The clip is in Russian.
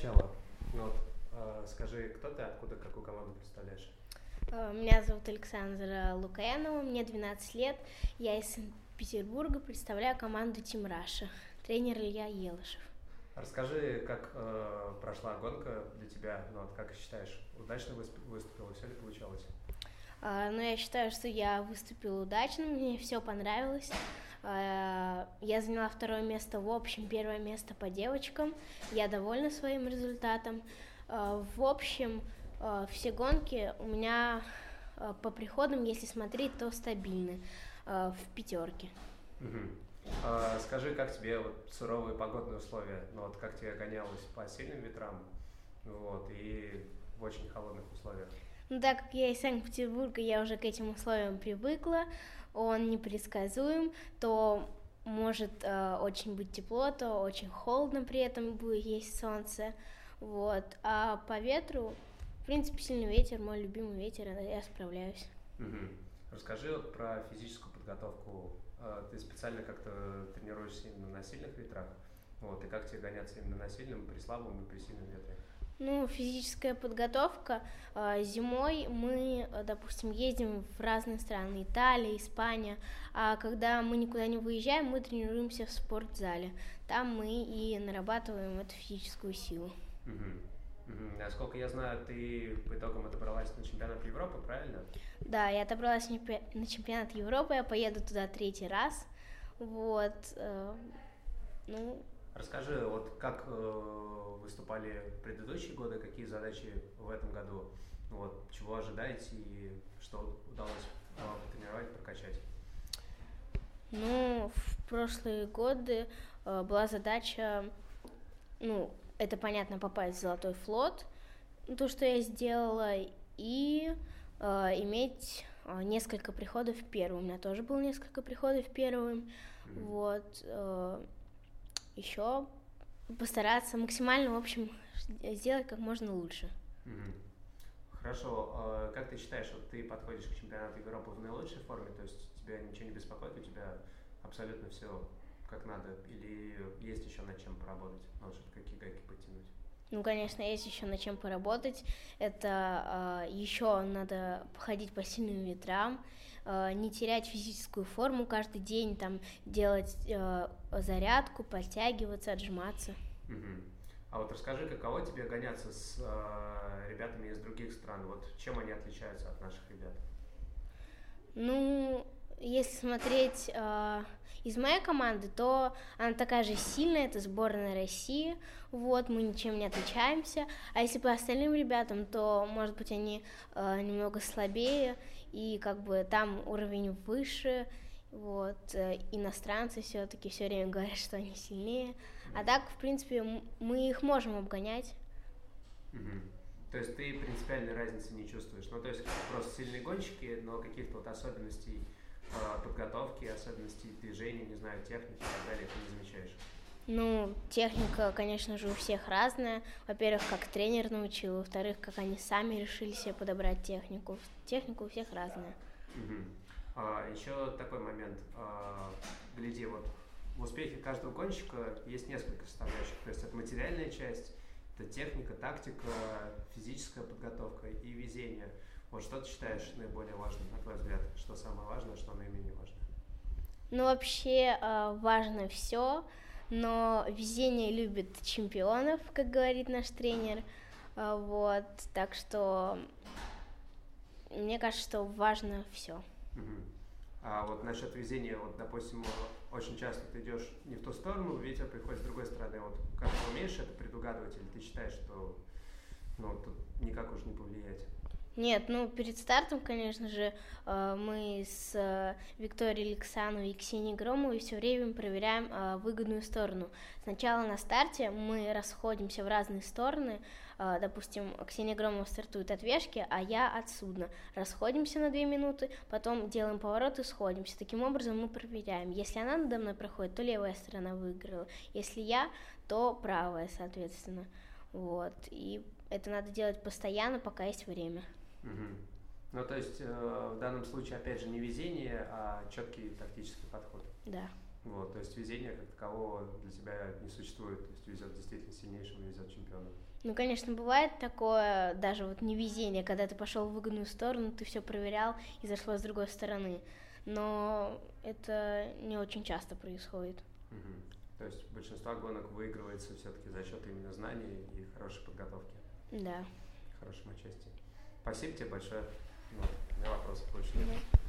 начала. Скажи, кто ты, откуда, какую команду представляешь? Меня зовут Александра Лукаянова, мне 12 лет, я из Санкт-Петербурга, представляю команду Team Russia, тренер Илья Елышев. Расскажи, как прошла гонка для тебя, как считаешь, удачно выступила, все ли получалось? Я считаю, что я выступила удачно, мне все понравилось. Я заняла второе место в общем, первое место по девочкам, я довольна своим результатом. В общем, все гонки у меня по приходам, если смотреть, то стабильны, в пятерке. Скажи, как тебе суровые погодные условия, как тебе гонялось по сильным ветрам, и в очень холодных условиях? Так как я из Санкт-Петербурга, я уже к этим условиям привыкла, он непредсказуем, то может очень быть тепло, то очень холодно, при этом будет есть солнце, а по ветру, в принципе, сильный ветер, мой любимый ветер, я справляюсь. Расскажи про физическую подготовку. Ты специально как-то тренируешься именно на сильных ветрах, и как тебе гоняться именно на сильном, при слабом и при сильном ветре? Физическая подготовка. Зимой мы, допустим, ездим в разные страны, Италия, Испания, а когда мы никуда не выезжаем, мы тренируемся в спортзале. Там мы и нарабатываем эту физическую силу. Насколько я знаю, ты по итогам отобралась на чемпионат Европы, правильно? Да, я отобралась на чемпионат Европы, я поеду туда 3-й раз. Расскажи, как выступали в предыдущие годы, какие задачи в этом году, чего ожидаете и что удалось потренировать, прокачать? В прошлые годы была задача, это понятно, попасть в Золотой флот, то, что я сделала, и иметь несколько приходов первым. У меня тоже было несколько приходов первым. Еще постараться максимально, в общем, сделать как можно лучше. Хорошо. Как ты считаешь, ты подходишь к чемпионату Европы в наилучшей форме, то есть тебя ничего не беспокоит, у тебя абсолютно все как надо, или есть еще над чем поработать, какие гайки подтянуть? Конечно, есть еще над чем поработать. Это еще надо походить по сильным ветрам, не терять физическую форму каждый день, делать зарядку, подтягиваться, отжиматься. А расскажи, каково тебе гоняться с ребятами из других стран? Чем они отличаются от наших ребят? Если смотреть из моей команды, то она такая же сильная, это сборная России, мы ничем не отличаемся. А если по остальным ребятам, то, может быть, они немного слабее, и там уровень выше, иностранцы все-таки все время говорят, что они сильнее. А так, в принципе, мы их можем обгонять. То есть ты принципиальной разницы не чувствуешь? То есть просто сильные гонщики, но каких-то особенностей подготовки, особенностей движения, не знаю, техники и так далее, ты не замечаешь? Техника, конечно же, у всех разная. Во-первых, как тренер научил, во-вторых, как они сами решили себе подобрать технику. Техника у всех разная. Еще такой момент. Гляди, в успехе каждого гонщика есть несколько составляющих. То есть это материальная часть, это техника, тактика, физическая подготовка и везение. Что ты считаешь наиболее важным, на твой взгляд? Что самое важное, что наименее важно? Вообще важно все, но везение любит чемпионов, как говорит наш тренер. Так что мне кажется, что важно все. А насчет везения, допустим, очень часто ты идешь не в ту сторону, ветер приходит с другой стороны. Как ты умеешь это предугадывать, или ты считаешь, что тут никак уж не повлиять? Нет, перед стартом, конечно же, мы с Викторией Александровой и Ксенией Громовой все время проверяем выгодную сторону. Сначала на старте мы расходимся в разные стороны. Допустим, Ксения Громова стартует от вешки, а я от судна. Расходимся на 2 минуты, потом делаем поворот и сходимся. Таким образом мы проверяем. Если она надо мной проходит, то левая сторона выиграла. Если я, то правая, соответственно. И это надо делать постоянно, пока есть время. То есть в данном случае, опять же, не везение, а четкий тактический подход. Да. Вот, то есть везения как такового для тебя не существует, то есть везет действительно сильнейшему, везет чемпиону. Ну, конечно, бывает такое, даже вот невезение, когда ты пошел в выгодную сторону, ты все проверял и зашло с другой стороны. Но это не очень часто происходит. Угу. То есть большинство гонок выигрывается все-таки за счет именно знаний и хорошей подготовки. Да. Хорошему участию. Спасибо тебе большое. Вот, у меня вопросов больше нет. Да.